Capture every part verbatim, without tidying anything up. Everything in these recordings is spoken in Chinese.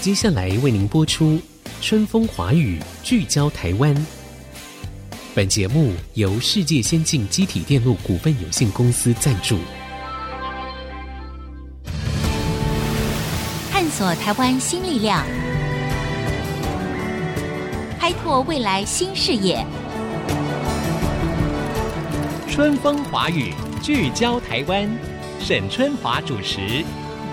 接下来为您播出春风华语，聚焦台湾。本节目由世界先进机体电路股份有限公司赞助。 探索台湾新力量，开拓未来新视野。 春风华语，聚焦台湾。沈春华主持。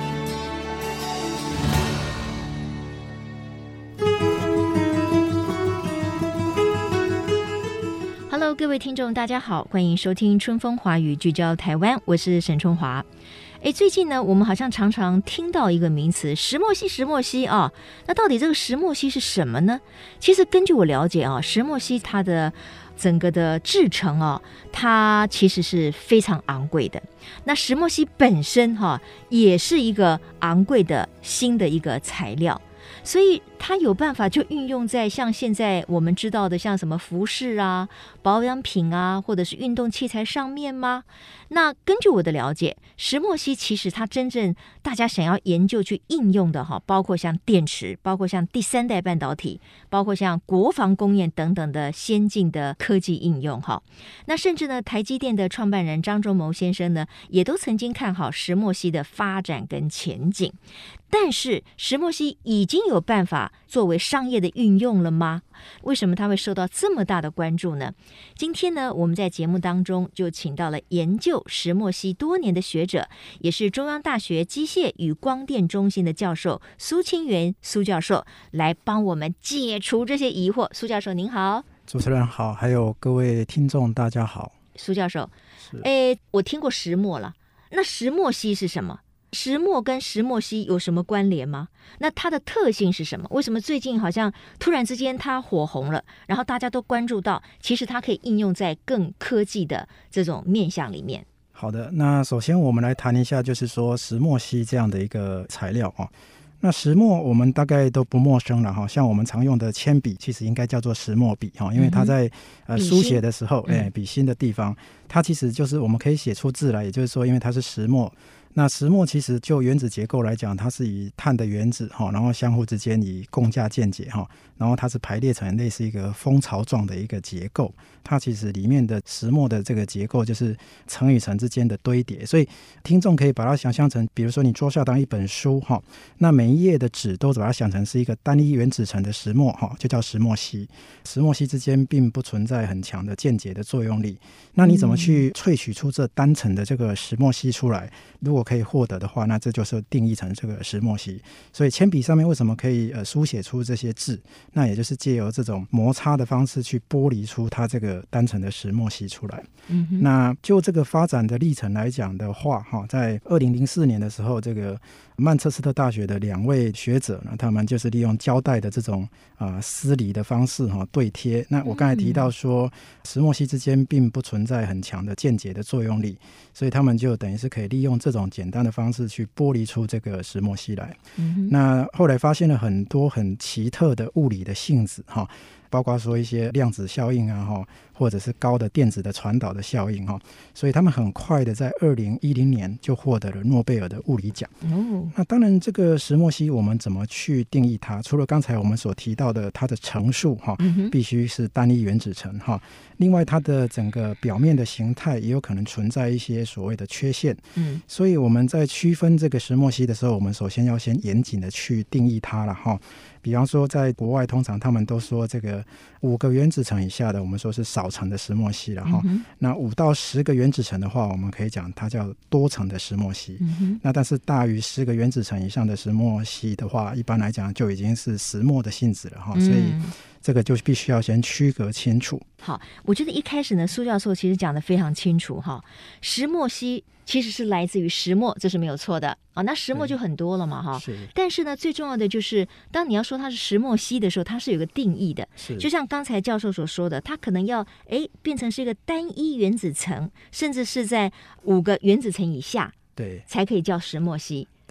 Hello， 各位听众，大家好，欢迎收听春风华语，聚焦台湾，我是沈春华。诶，最近呢，我们好像常常听到一个名词，石墨烯，石墨烯啊。那到底这个石墨烯是什么呢？其实根据我了解啊，石墨烯它的整个的制成啊，它其实是非常昂贵的。那石墨烯本身哈、啊，也是一个昂贵的新的一个材料。所以它有办法就运用在像现在我们知道的像什么服饰啊、保养品啊，或者是运动器材上面吗？那根据我的了解，石墨烯其实它真正大家想要研究去应用的哈，包括像电池，包括像第三代半导体，包括像国防工业等等的先进的科技应用哈。那甚至呢，台积电的创办人张忠谋先生呢，也都曾经看好石墨烯的发展跟前景。但是石墨烯已经有办法作为商业的运用了吗？为什么它会受到这么大的关注呢？今天呢，我们在节目当中就请到了研究石墨烯多年的学者，也是中央大学机械与光电中心的教授苏清源苏教授，来帮我们解除这些疑惑。苏教授您好。 主持人好，还有各位听众大家好。 苏教授，诶，我听过石墨了，那石墨烯是什么？石墨跟石墨烯有什么关联吗？那它的特性是什么？为什么最近好像突然之间它火红了，然后大家都关注到其实它可以应用在更科技的这种面向里面？ 好的，那首先我们来谈一下就是说石墨烯这样的一个材料啊。那石墨我们大概都不陌生了哈，像我们常用的铅笔其实应该叫做石墨笔哈，因为它在、嗯、呃书写的时候，哎，笔芯的地方，它其实就是我们可以写出字来，也就是说因为它是石墨。那石墨其实就原子结构来讲，它是以碳的原子哈，然后相互之间以共价键结哈，然后它是排列成类似一个蜂巢状的一个结构。它其实里面的石墨的这个结构就是层与层之间的堆叠，所以听众可以把它想象成，比如说你桌下当一本书哈，那每一页的纸都把它想成是一个单一原子层的石墨哈，就叫石墨烯。石墨烯之间并不存在很强的键结的作用力。那你怎么去萃取出这单层的这个石墨烯出来？如果可以获得的话，那这就是定义成这个石墨烯。所以铅笔上面为什么可以呃书写出这些字？那也就是借由这种摩擦的方式去剥离出它这个单层的石墨烯出来。嗯哼，那就这个发展的历程来讲的话，哈，在二零零四年的时候，这个曼彻斯特大学的两位学者呢，他们就是利用胶带的这种啊、呃、撕离的方式哈对贴。那我刚才提到说，石墨烯之间并不存在很强的键结的作用力，所以他们就等于是可以利用这种简单的方式去剥离出这个石墨烯来。嗯、那后来发现了很多很奇特的物理的性质哈。包括说一些量子效应啊，或者是高的电子的传导的效应，所以他们很快的在二零一零年就获得了诺贝尔的物理奖。哦、那当然这个石墨烯我们怎么去定义它？除了刚才我们所提到的它的层数必须是单一原子层，另外它的整个表面的形态也有可能存在一些所谓的缺陷。嗯、所以我们在区分这个石墨烯的时候，我们首先要先严谨的去定义它了哈。比方说在国外通常他们都说这个五个原子层以下的我们说是少层的石墨烯了哈、嗯、那五到十个原子层的话我们可以讲它叫多层的石墨烯、嗯、那但是大于十个原子层以上的石墨烯的话一般来讲就已经是石墨的性质了哈、嗯、所以这个就必须要先区隔清楚。 好，我觉得一开始呢苏教授其实讲得非常清楚哈，石墨烯其实是来自于石墨，这是没有错的啊。那石墨就很多了嘛哈，是。但是呢，最重要的就是当你要说它是石墨烯的时候，它是有个定义的。是。就像刚才教授所说的，它可能要哎变成是一个单一原子层，甚至是在五个原子层以下，对，才可以叫石墨烯。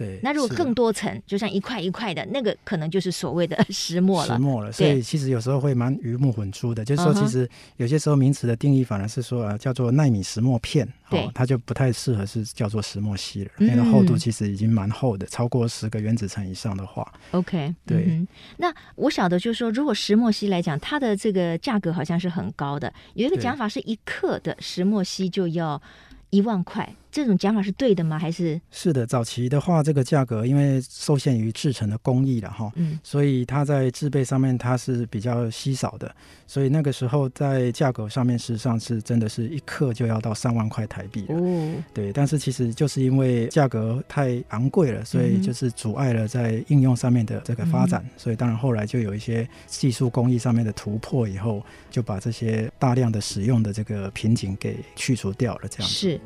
对， 那如果更多层，就像一块一块的，那个可能就是所谓的石墨了。 石墨了，所以其实有时候会蛮鱼目混珠的。就是说，其实有些时候名词的定义反而是说，呃，叫做奈米石墨片， 对、哦， 它就不太适合是叫做石墨烯了，因为它厚度其实已经蛮厚的，超过十个原子层以上的话。 OK， 对、 嗯。那我晓得就是说，如果石墨烯来讲，它的这个价格好像是很高的，有一个讲法是一克的石墨烯就要一万块，这种讲法是对的吗？还是？是的，早期的话，这个价格因为受限于制成的工艺了哈，嗯，所以它在制备上面它是比较稀少的，所以那个时候在价格上面事实上是真的是一克就要到三万块台币了。哦，对，但是其实就是因为价格太昂贵了，所以就是阻碍了在应用上面的这个发展，嗯、所以当然后来就有一些技术工艺上面的突破以后，就把这些大量的使用的这个瓶颈给去除掉了，这样子。 是。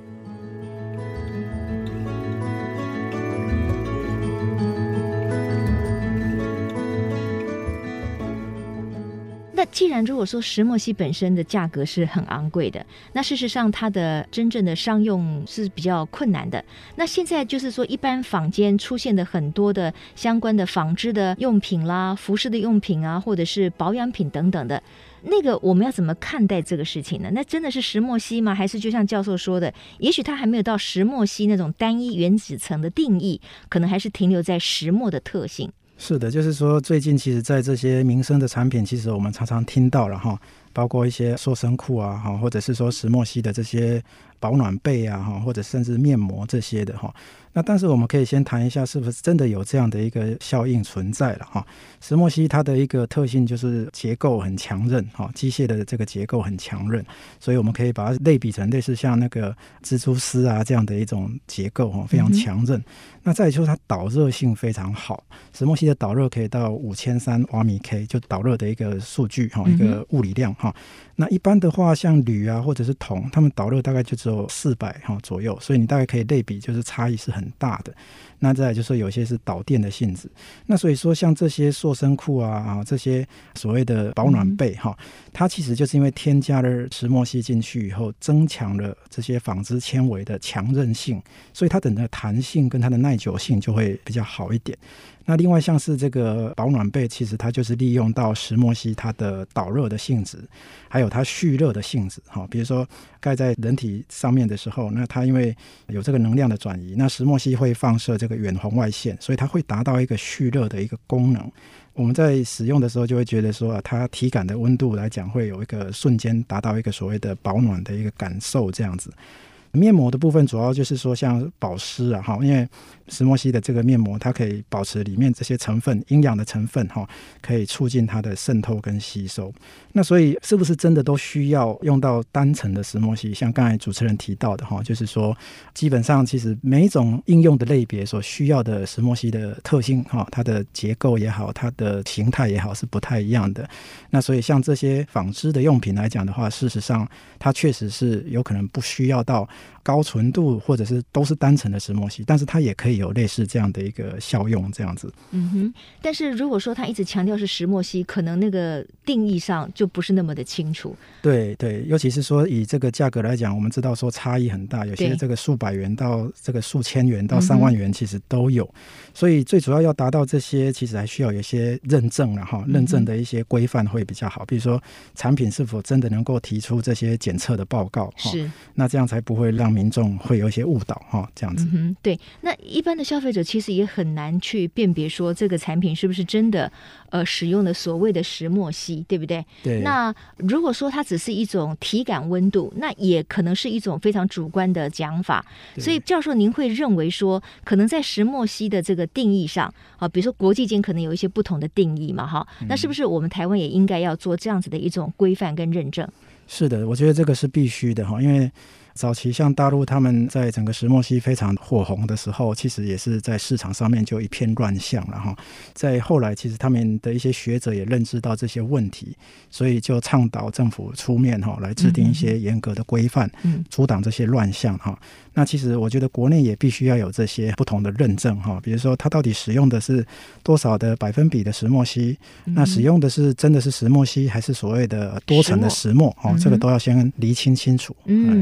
那既然如果说石墨烯本身的价格是很昂贵的，那事实上它的真正的商用是比较困难的。那现在就是说一般坊间出现的很多的相关的纺织的用品啦、服饰的用品啊，或者是保养品等等的，那个我们要怎么看待这个事情呢？那真的是石墨烯吗？还是就像教授说的，也许它还没有到石墨烯那种单一原子层的定义，可能还是停留在石墨的特性。 是的，就是说最近其实在这些民生的产品，其实我们常常听到了哈，包括一些塑身裤啊，或者是说石墨烯的这些保暖被啊，或者甚至面膜这些的哈。那但是我们可以先谈一下，是不是真的有这样的一个效应存在了哈？石墨烯它的一个特性就是结构很强韧哈，机械的这个结构很强韧，所以我们可以把它类比成类似像那个蜘蛛丝啊这样的一种结构哈，非常强韧。嗯、那再来就是它导热性非常好，石墨烯的导热可以到五千三瓦米 K， 就导热的一个数据哈，一个物理量哈。那一般的话，像铝啊或者是铜，它们导热大概就只有四百哈左右，所以你大概可以类比，就是差异是很大的。那再来就是说有些是导电的性质，那所以说像这些塑身裤啊啊这些所谓的保暖被哈、嗯，它其实就是因为添加了石墨烯进去以后，增强了这些纺织纤维的强韧性，所以它的弹性跟它的耐久性就会比较好一点。那另外像是这个保暖被，其实它就是利用到石墨烯它的导热的性质，还有它蓄热的性质哈。比如说盖在人体上面的时候，那它因为有这个能量的转移，那石墨烯会放射这个远红外线，所以它会达到一个蓄热的一个功能。我们在使用的时候就会觉得说、啊、它体感的温度来讲会有一个瞬间达到一个所谓的保暖的一个感受这样子。面膜的部分主要就是说像保湿啊，因为石墨烯的这个面膜它可以保持里面这些成分营养的成分，可以促进它的渗透跟吸收。那所以是不是真的都需要用到单层的石墨烯？像刚才主持人提到的，就是说基本上其实每一种应用的类别所需要的石墨烯的特性，它的结构也好，它的形态也好是不太一样的。那所以像这些纺织的用品来讲的话，事实上它确实是有可能不需要到高纯度或者是都是单层的石墨烯，但是它也可以有类似这样的一个效用这样子。 嗯哼，但是如果说它一直强调是石墨烯，可能那个定义上就不是那么的清楚。 对对，尤其是说以这个价格来讲，我们知道说差异很大，有些这个数百元到这个数千元到三万元其实都有、嗯、所以最主要要达到这些其实还需要有一些认证了哈，认证的一些规范会比较好，比如说产品是否真的能够提出这些检测的报告，是，那这样才不会让民众会有一些误导哈，这样子、 嗯、对。那一般的消费者其实也很难去辨别说这个产品是不是真的呃使用的所谓的石墨烯，对不对？ 对。 那如果说它只是一种体感温度，那也可能是一种非常主观的讲法。所以教授您会认为说可能在石墨烯的这个定义上啊，比如说国际间可能有一些不同的定义嘛哈、嗯，那是不是我们台湾也应该要做这样子的一种规范跟认证？ 是的，我觉得这个是必须的哈，因为早期像大陆他们在整个石墨烯非常火红的时候，其实也是在市场上面就一片乱象了哈。在后来其实他们的一些学者也认知到这些问题，所以就倡导政府出面哈，来制定一些严格的规范，嗯，阻挡这些乱象哈。那其实我觉得国内也必须要有这些不同的认证哈，比如说它到底使用的是多少的百分比的石墨烯、嗯、那使用的是真的是石墨烯还是所谓的多层的石墨哦，这个都要先厘清清楚。 嗯，对。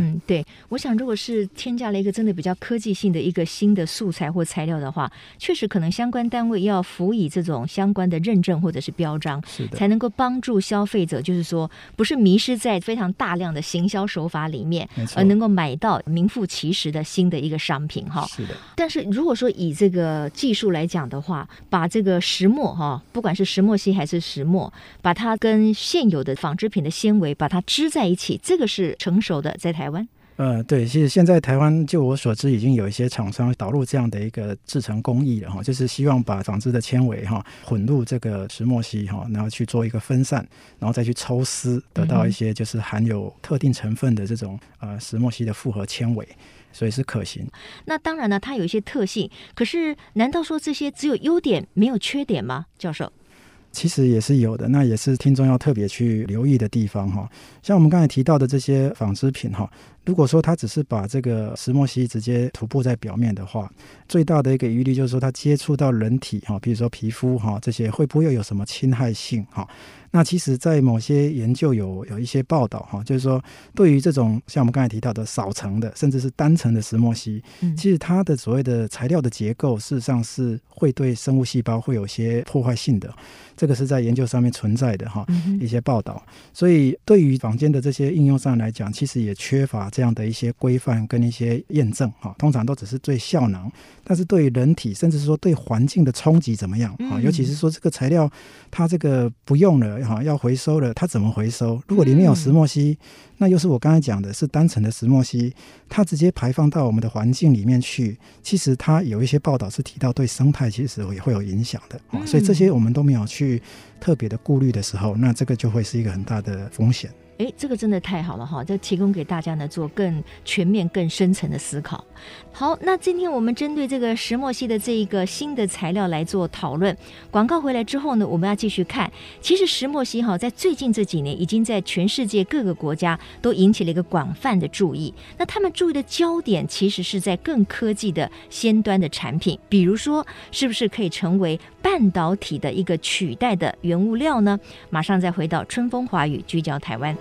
对，我想如果是添加了一个真的比较科技性的一个新的素材或材料的话，确实可能相关单位要辅以这种相关的认证或者是标章， 是的， 才能够帮助消费者，就是说不是迷失在非常大量的行销手法里面，而能够买到名副其实的新的一个商品哈。 是的。 但是如果说以这个技术来讲的话，把这个石墨哈，不管是石墨烯还是石墨，把它跟现有的纺织品的纤维把它织在一起，这个是成熟的，在台湾。 呃，对，其实现在台湾就我所知，已经有一些厂商导入这样的一个制成工艺了哈，就是希望把纺织的纤维哈混入这个石墨烯哈，然后去做一个分散，然后再去抽丝，得到一些就是含有特定成分的这种呃石墨烯的复合纤维。所以是可行。 那当然了，它有一些特性，可是难道说这些只有优点没有缺点吗？教授？ 其实也是有的，那也是听众要特别去留意的地方哈。像我们刚才提到的这些纺织品哈，如果说它只是把这个石墨烯直接涂布在表面的话，最大的一个疑虑就是说它接触到人体哈，比如说皮肤哈，这些会不会又有什么侵害性哈？那其实在某些研究有有一些报道哈，就是说对于这种像我们刚才提到的少层的甚至是单层的石墨烯，嗯、其实它的所谓的材料的结构事实上是会对生物细胞会有些破坏性的，这个是在研究上面存在的哈、嗯、一些报道。所以对于坊间的这些应用上来讲，其实也缺乏这样的一些规范跟一些验证哈，通常都只是对效能，但是对于人体甚至是说对环境的冲击怎么样啊？尤其是说这个材料它这个不用了哈，要回收了，它怎么回收？如果里面有石墨烯，那又是我刚才讲的是单层的石墨烯，它直接排放到我们的环境里面去，其实它有一些报道是提到对生态其实也会有影响的、哦、所以这些我们都没有去特别的顾虑的时候，那这个就会是一个很大的风险。 哎，这个真的太好了哈！这提供给大家呢做更全面、更深层的思考。好，那今天我们针对这个石墨烯的这一个新的材料来做讨论。广告回来之后呢，我们要继续看。其实石墨烯哈，在最近这几年已经在全世界各个国家都引起了一个广泛的注意。那他们注意的焦点其实是在更科技的先端的产品，比如说是不是可以成为半导体的一个取代的原物料呢？马上再回到春风华语，聚焦台湾。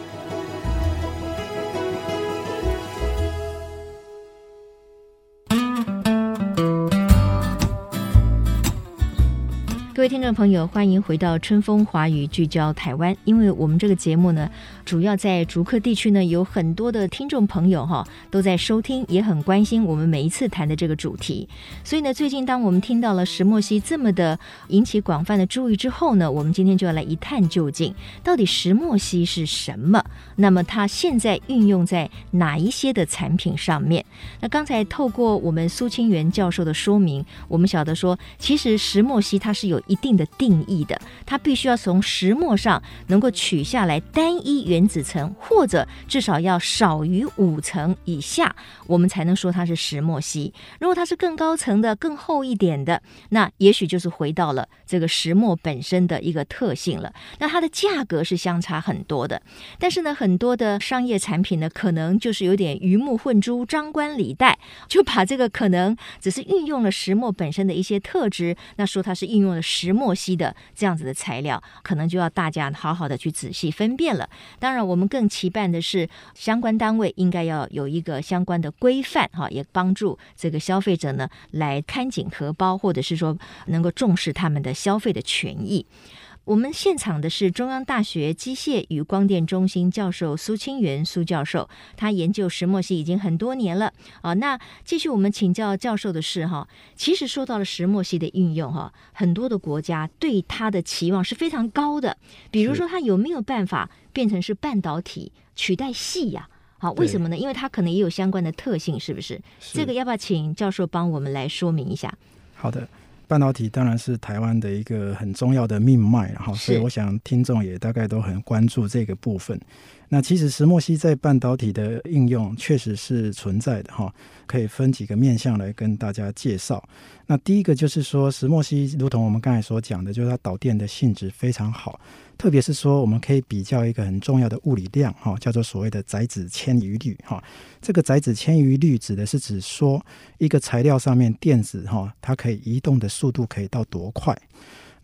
各位听众朋友，欢迎回到春风华语，聚焦台湾。因为我们这个节目呢，主要在竹科地区呢，有很多的听众朋友哈都在收听，也很关心我们每一次谈的这个主题。所以呢，最近当我们听到了石墨烯这么的引起广泛的注意之后呢，我们今天就要来一探究竟，到底石墨烯是什么？那么它现在运用在哪一些的产品上面？那刚才透过我们苏清源教授的说明，我们晓得说，其实石墨烯它是有一定的定义的，它必须要从石墨上能够取下来单一原子层，或者至少要少于五层以下，我们才能说它是石墨烯。如果它是更高层的、更厚一点的，那也许就是回到了这个石墨本身的一个特性了。那它的价格是相差很多的，但是呢，很多的商业产品呢，可能就是有点鱼目混珠、张冠李戴，就把这个可能只是运用了石墨本身的一些特质，那说它是运用了石墨烯的这样子的材料，可能就要大家好好的去仔细分辨了。当然我们更期盼的是相关单位应该要有一个相关的规范，也帮助这个消费者呢来看紧荷包，或者是说能够重视他们的消费的权益。我们现场的是中央大学机械与光电中心教授苏清源苏教授，他研究石墨烯已经很多年了啊。那继续我们请教教授的是哈，其实说到了石墨烯的运用哈，很多的国家对它的期望是非常高的，比如说它有没有办法变成是半导体取代矽呀、啊？好，为什么呢？因为它可能也有相关的特性，是不是？是这个要不要请教授帮我们来说明一下？ 好的。半导体当然是台湾的一个很重要的命脉，然后所以我想听众也大概都很关注这个部分。那其实石墨烯在半导体的应用确实是存在的哈，可以分几个面向来跟大家介绍。那第一个就是说，石墨烯如同我们刚才所讲的，就是它导电的性质非常好，特别是说我们可以比较一个很重要的物理量哈，叫做所谓的载子迁移率哈。这个载子迁移率指的是指说一个材料上面电子哈，它可以移动的速度可以到多快。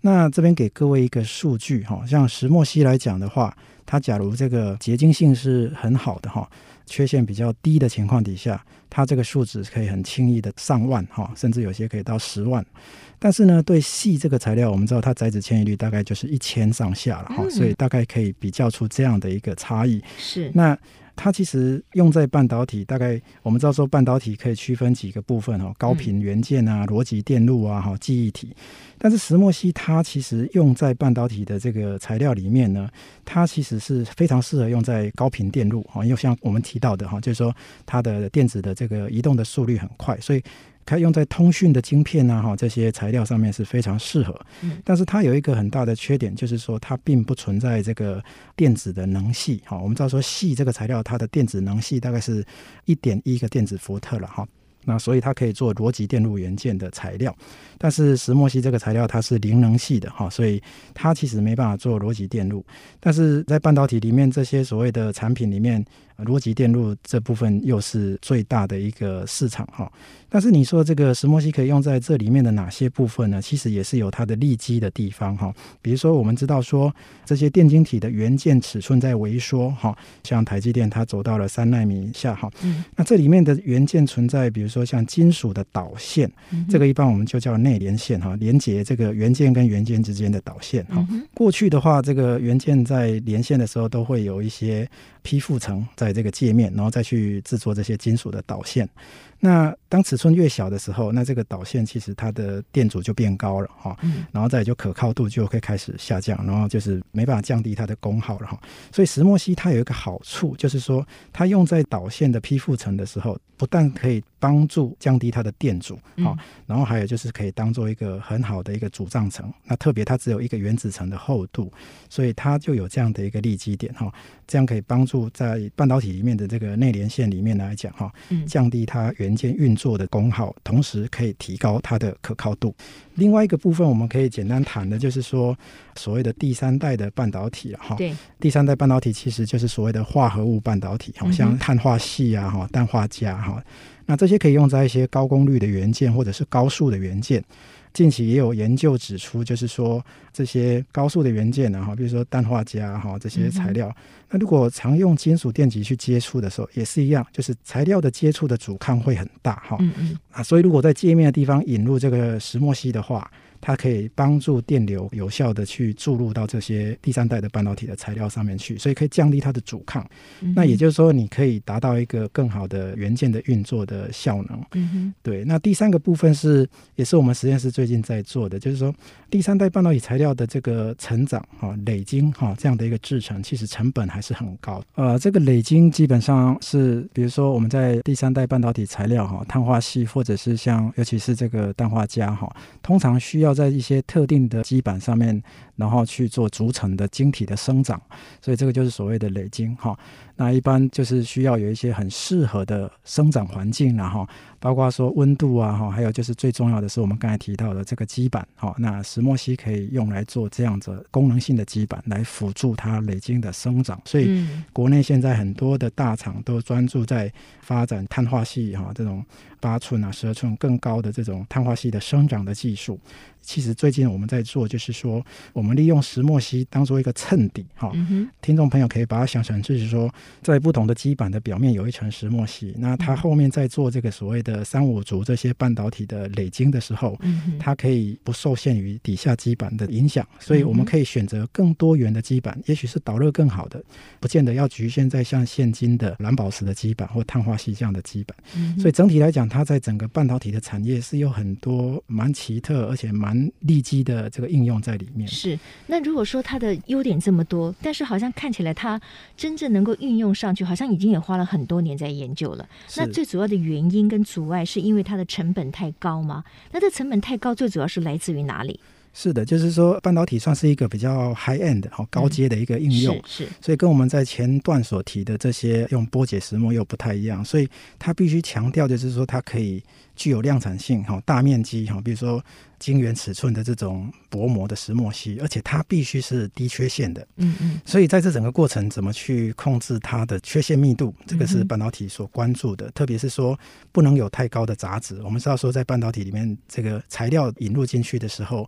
那这边给各位一个数据哈，像石墨烯来讲的话，它假如这个结晶性是很好的哈，缺陷比较低的情况底下，它这个数值可以很轻易的上万哈，甚至有些可以到十万。但是呢，对矽这个材料，我们知道它载质迁移率大概就是一千上下了哈、嗯，所以大概可以比较出这样的一个差异。 是那。它其实用在半导体，大概我们知道说半导体可以区分几个部分，高频元件啊、逻辑电路啊、记忆体。但是石墨烯它其实用在半导体的这个材料里面呢，它其实是非常适合用在高频电路，因为像我们提到的，就是说它的电子的这个移动的速率很快，所以它用在通讯的晶片啊这些材料上面是非常适合。但是它有一个很大的缺点，就是说它并不存在这个电子的能系。我们知道说矽这个材料它的电子能系大概是 一点一 个电子伏特了，那所以它可以做逻辑电路元件的材料。但是石墨烯这个材料它是零能系的，所以它其实没办法做逻辑电路。但是在半导体里面，这些所谓的产品里面，逻辑电路这部分又是最大的一个市场。但是你说这个石墨烯可以用在这里面的哪些部分呢？其实也是有它的利基的地方。比如说我们知道说这些电晶体的元件尺寸在微缩，像台积电它走到了三奈米以下。那这里面的元件存在比如说像金属的导线，这个一般我们就叫内连线，连接这个元件跟元件之间的导线。过去的话，这个元件在连线的时候都会有一些披覆层在这个界面，然后再去制作这些金属的导线。那当尺寸越小的时候，那这个导线其实它的电阻就变高了哈，然后再就可靠度就会开始下降，然后就是没办法降低它的功耗了哈。所以石墨烯它有一个好处，就是说它用在导线的披覆层的时候，不但可以帮助降低它的电阻，嗯，然后还有就是可以当做一个很好的一个阻障层。那特别它只有一个原子层的厚度，所以它就有这样的一个利基点哈，这样可以帮助在半导体里面的这个内连线里面来讲哈，降低它元件运作的功耗，同时可以提高它的可靠度。另外一个部分我们可以简单谈的就是说所谓的第三代的半导体哈，对，第三代半导体其实就是所谓的化合物半导体，好像碳化矽啊、氮化镓哈，那这些可以用在一些高功率的元件或者是高速的元件。近期也有研究指出，就是说这些高速的元件啊，比如说氮化镓哈这些材料，那如果常用金属电极去接触的时候，也是一样，就是材料的接触的阻抗会很大哈。嗯嗯啊，所以如果在界面的地方引入这个石墨烯的话，它可以帮助电流有效的去注入到这些第三代的半导体的材料上面去，所以可以降低它的阻抗。嗯、那也就是说，你可以达到一个更好的元件的运作的效能。嗯、对。那第三个部分是，也是我们实验室最近在做的，就是说第三代半导体材料的这个成长哈、累晶哈这样的一个制程，其实成本还是很高。呃，这个累晶基本上是，比如说我们在第三代半导体材料哈，碳化矽或者是像尤其是这个氮化镓哈，通常需要在一些特定的基板上面，然后去做组成的晶体的生长，所以这个就是所谓的累晶哈。那一般就是需要有一些很适合的生长环境，然后包括说温度啊，还有就是最重要的是我们刚才提到的这个基板，那石墨烯可以用来做这样子功能性的基板来辅助它累晶的生长，所以国内现在很多的大厂都专注在发展碳化矽这种八寸啊十二寸更高的这种碳化矽的生长的技术。其实最近我们在做就是说我们利用石墨烯当做一个衬底、嗯、听众朋友可以把它想成就是说在不同的基板的表面有一层石墨烯，那它后面在做这个所谓的三五族这些半导体的累晶的时候、嗯、它可以不受限于底下基板的影响，所以我们可以选择更多元的基板，也许是导热更好的，不见得要局限在像现今的蓝宝石的基板或碳化矽这样的基板、嗯、所以整体来讲它在整个半导体的产业是有很多蛮奇特而且蛮利基的这个应用在里面。 是，那如果说它的优点这么多，但是好像看起来它真正能够运用上去，好像已经也花了很多年在研究了。那最主要的原因跟阻碍是因为它的成本太高吗？那这成本太高最主要是来自于哪里？ 是的，就是说半导体算是一个比较 high end 高阶的一个应用、嗯、是, 是所以跟我们在前段所提的这些用波解石墨又不太一样，所以它必须强调就是说它可以具有量产性，大面积，比如说晶圆尺寸的这种薄膜的石墨烯，而且它必须是低缺陷的。嗯嗯。所以在这整个过程怎么去控制它的缺陷密度，这个是半导体所关注的，特别是说不能有太高的杂质。我们知道说在半导体里面这个材料引入进去的时候，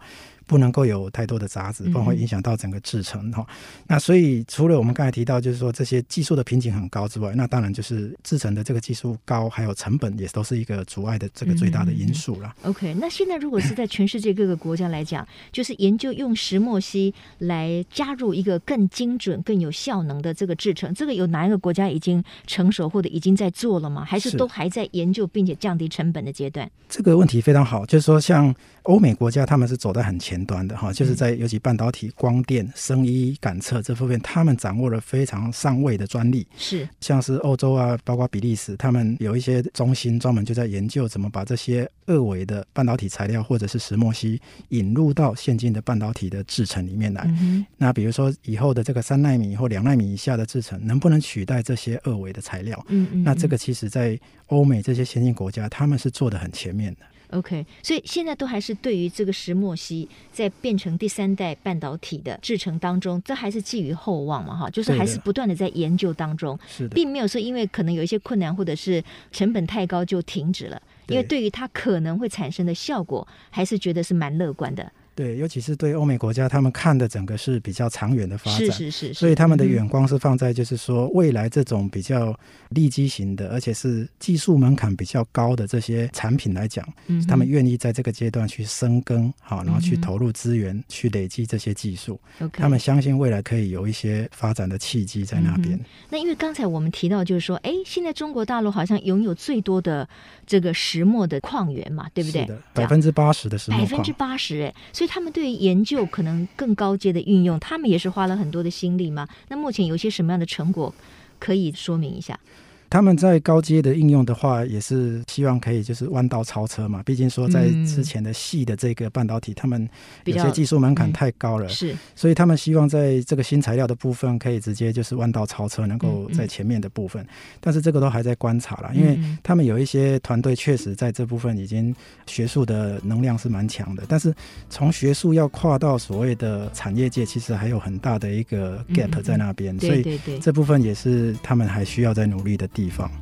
不能够有太多的杂质，不然会影响到整个制程哈、嗯。那所以除了我们刚才提到就是说这些技术的瓶颈很高之外，那当然就是制程的这个技术高，还有成本也都是一个阻碍的这个最大的因素啦。 嗯、OK， 那现在如果是在全世界各个国家来讲，就是研究用石墨烯来加入一个更精准、更有效能的这个制程，这个有哪一个国家已经成熟或者已经在做了吗？还是都还在研究并且降低成本的阶段？ 这个问题非常好，就是说像欧美国家他们是走在很前端的哈，就是在尤其半导体、光电、生医、感测这方面，他们掌握了非常上位的专利。 是， 像是欧洲啊，包括比利时，他们有一些中心专门就在研究怎么把这些二维的半导体材料或者是石墨烯引入到现今的半导体的制程里面来。嗯、那比如说以后的这个三奈米或两奈米以下的制程，能不能取代这些二维的材料？嗯嗯嗯，那这个其实在欧美这些先进国家，他们是做得很前面的。 OK， 所以现在都还是对于这个石墨烯在变成第三代半导体的制程当中，这还是寄予厚望嘛，哈，就是还是不断的在研究当中，并没有说因为可能有一些困难或者是成本太高就停止了，因为对于它可能会产生的效果，还是觉得是蛮乐观的。 对，尤其是对欧美国家，他们看的整个是比较长远的发展， 是是 是, 是， 所以他们的眼光是放在就是说未来这种比较利基型的，而且是技术门槛比较高的这些产品来讲，嗯、他们愿意在这个阶段去深耕，好，然后去投入资源，嗯、去累积这些技术。Okay, 他们相信未来可以有一些发展的契机在那边。嗯、 那因为刚才我们提到就是说，哎，现在中国大陆好像拥有最多的这个石墨的矿源嘛，对不对？ 是的，百分之八十的石墨矿， 百分之八十，哎，所以他们对于研究可能更高阶的运用，他们也是花了很多的心力吗？那目前有些什么样的成果可以说明一下？ 他们在高阶的应用的话，也是希望可以就是弯道超车嘛。毕竟说在之前的细的这个半导体，嗯、他们有些技术门槛太高了，嗯、是，所以他们希望在这个新材料的部分可以直接就是弯道超车，能够在前面的部分。嗯、但是这个都还在观察啦，因为他们有一些团队确实在这部分已经学术的能量是蛮强的，但是从学术要跨到所谓的产业界，其实还有很大的一个 gap 在那边，嗯、所以这部分也是他们还需要在努力的地方。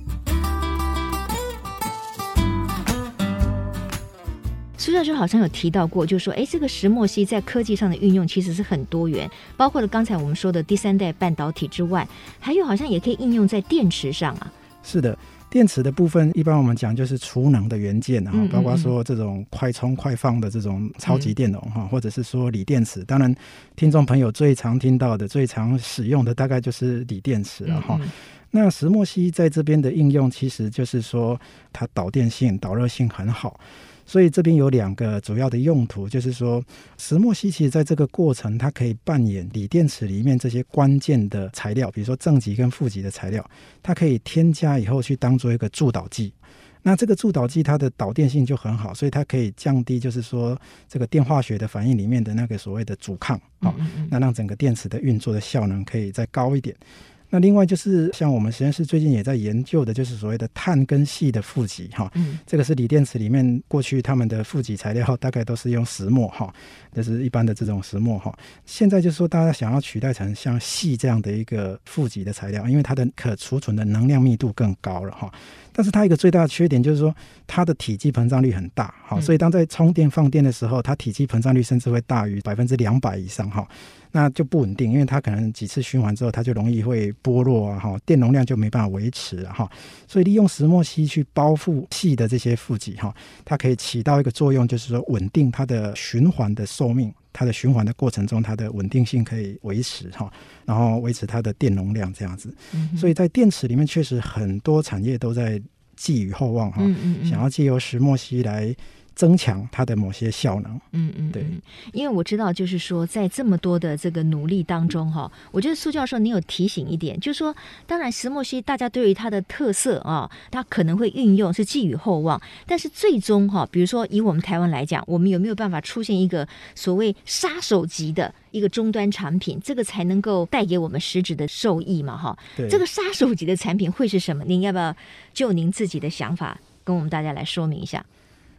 苏教授好像有提到过，就是说，哎，这个石墨烯在科技上的运用其实是很多元，包括了刚才我们说的第三代半导体之外，还有好像也可以应用在电池上啊。 是的，电池的部分一般我们讲就是储能的元件，嗯嗯嗯，包括说这种快充快放的这种超级电容，嗯、或者是说锂电池。当然听众朋友最常听到的最常使用的大概就是锂电池了，嗯嗯，那石墨烯在这边的应用其实就是说它导电性导热性很好，所以这边有两个主要的用途，就是说石墨烯其实在这个过程它可以扮演锂电池里面这些关键的材料，比如说正极跟负极的材料，它可以添加以后去当做一个助导剂。那这个助导剂它的导电性就很好，所以它可以降低就是说这个电化学的反应里面的那个所谓的阻抗，哦，那让整个电池的运作的效能可以再高一点。那另外就是像我们实验室最近也在研究的，就是所谓的碳跟矽的负极哈，嗯，这个是锂电池里面过去他们的负极材料大概都是用石墨哈，就是一般的这种石墨哈。现在就是说大家想要取代成像矽这样的一个负极的材料，因为它的可储存的能量密度更高了哈。但是它一个最大的缺点就是说它的体积膨胀率很大，好，所以当在充电放电的时候，它体积膨胀率甚至会大于百分之两百以上哈。那就不稳定，因为它可能几次循环之后，它就容易会剥落啊，哈，电容量就没办法维持啊，哈。所以利用石墨烯去包覆矽的这些负极哈，它可以起到一个作用，就是说稳定它的循环的寿命，它的循环的过程中，它的稳定性可以维持哈，然后维持它的电容量这样子。嗯、所以在电池里面，确实很多产业都在寄予厚望哈，嗯嗯嗯，想要借由石墨烯来增强它的某些效能。嗯嗯，对， 因为我知道就是说在这么多的这个努力当中哈，我觉得苏教授你有提醒一点，就是说当然石墨烯大家对于它的特色啊，它可能会运用是寄予厚望，但是最终哈，比如说以我们台湾来讲，我们有没有办法出现一个所谓杀手级的一个终端产品，这个才能够带给我们实质的受益嘛哈？这个杀手级的产品会是什么？您要不要就您自己的想法跟我们大家来说明一下？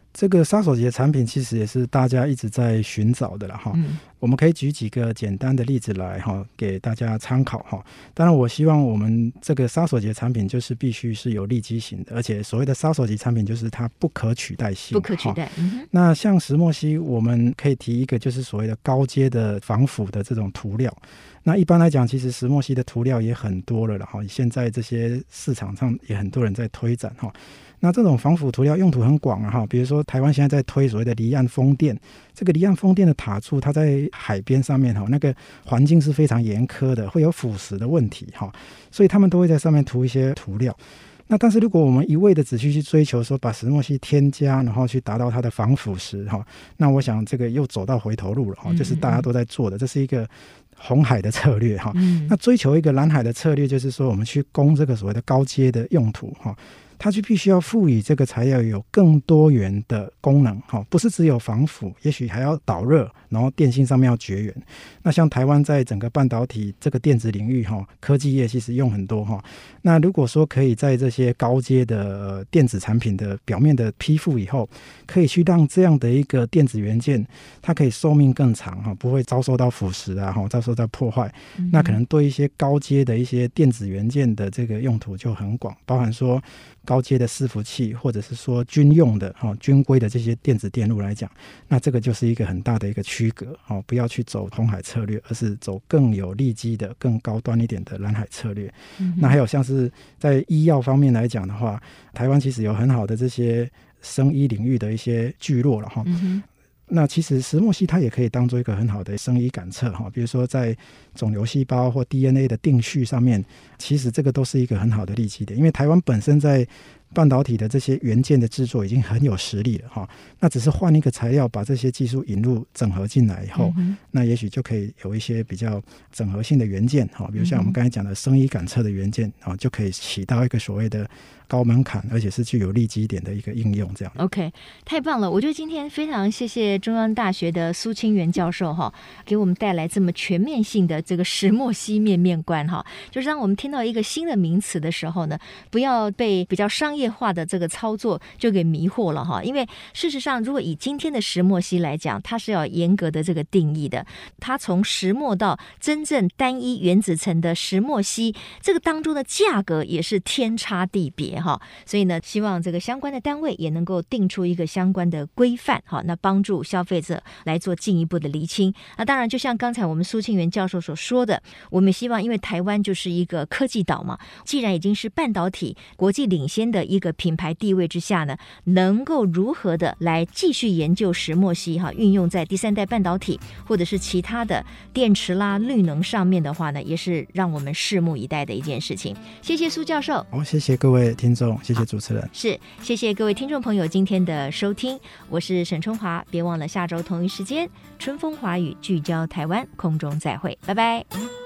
这个杀手级的产品其实也是大家一直在寻找的啦哈、嗯。我们可以举几个简单的例子来哈，给大家参考哈。当然，我希望我们这个杀手级的产品就是必须是有利基型的，而且所谓的杀手级产品就是它不可取代性， 不可取代。嗯、 那像石墨烯，我们可以提一个就是所谓的高阶的防腐的这种涂料。那一般来讲，其实石墨烯的涂料也很多了哈，现在这些市场上也很多人在推展哈。那这种防腐涂料用途很广啊，比如说台湾现在在推所谓的离岸风电，这个离岸风电的塔柱，它在海边上面那个环境是非常严苛的，会有腐蚀的问题，所以他们都会在上面涂一些涂料。那但是如果我们一味的只去去追求说把石墨烯添加，然后去达到它的防腐蚀，那我想这个又走到回头路了，就是大家都在做的，这是一个红海的策略哈。那追求一个蓝海的策略，就是说我们去攻这个所谓的高阶的用途哈。它就必须要赋予这个材料有更多元的功能，不是只有防腐，也许还要导热，然后电信上面要绝缘。那像台湾在整个半导体这个电子领域，科技业其实用很多。那如果说可以在这些高阶的电子产品的表面的批复以后，可以去让这样的一个电子元件它可以寿命更长，不会遭受到腐蚀啊，遭受到破坏、嗯、那可能对一些高阶的一些电子元件的这个用途就很广，包含说高阶的伺服器，或者是说军用的、哦、军规的这些电子电路来讲，那这个就是一个很大的一个区隔、哦、不要去走红海策略，而是走更有利基的更高端一点的蓝海策略、嗯、那还有像是在医药方面来讲的话，台湾其实有很好的这些生医领域的一些聚落了哈、嗯，那其实石墨烯它也可以当做一个很好的生医感测，比如说在肿瘤细胞或 D N A 的定序上面，其实这个都是一个很好的利基点，因为台湾本身在半导体的这些元件的制作已经很有实力了，那只是换一个材料把这些技术引入整合进来以后、嗯、那也许就可以有一些比较整合性的元件，比如像我们刚才讲的生医感测的元件，就可以起到一个所谓的高门槛而且是具有利基点的一个应用。这样 OK， 太棒了，我觉得今天非常谢谢中央大学的苏清源教授哈，给我们带来这么全面性的这个石墨烯面面观哈，就是让我们听到一个新的名词的时候呢，不要被比较商业化的这个操作就给迷惑了哈。因为事实上，如果以今天的石墨烯来讲，它是要严格的这个定义的，它从石墨到真正单一原子层的石墨烯，这个当中的价格也是天差地别哈。所以呢，希望这个相关的单位也能够定出一个相关的规范哈，那帮助消费者来做进一步的厘清。那当然，就像刚才我们苏清源教授所说的，我们希望因为台湾就是一个科技岛嘛，既然已经是半导体国际领先的一个品牌地位之下呢，能够如何的来继续研究石墨烯哈，运用在第三代半导体或者是其他的电池啦、绿能上面的话呢，也是让我们拭目以待的一件事情。谢谢苏教授。 好，谢谢各位听众，谢谢主持人。 是，谢谢各位听众朋友今天的收听，我是沈春华，别忘了下周同一时间春风华语聚焦台湾，空中再会，拜拜。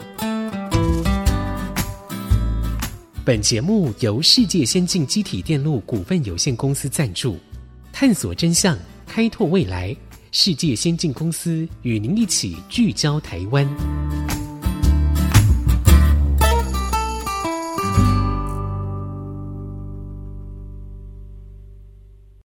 本节目由世界先进机体电路股份有限公司赞助，探索真相，开拓未来，世界先进公司与您一起聚焦台湾。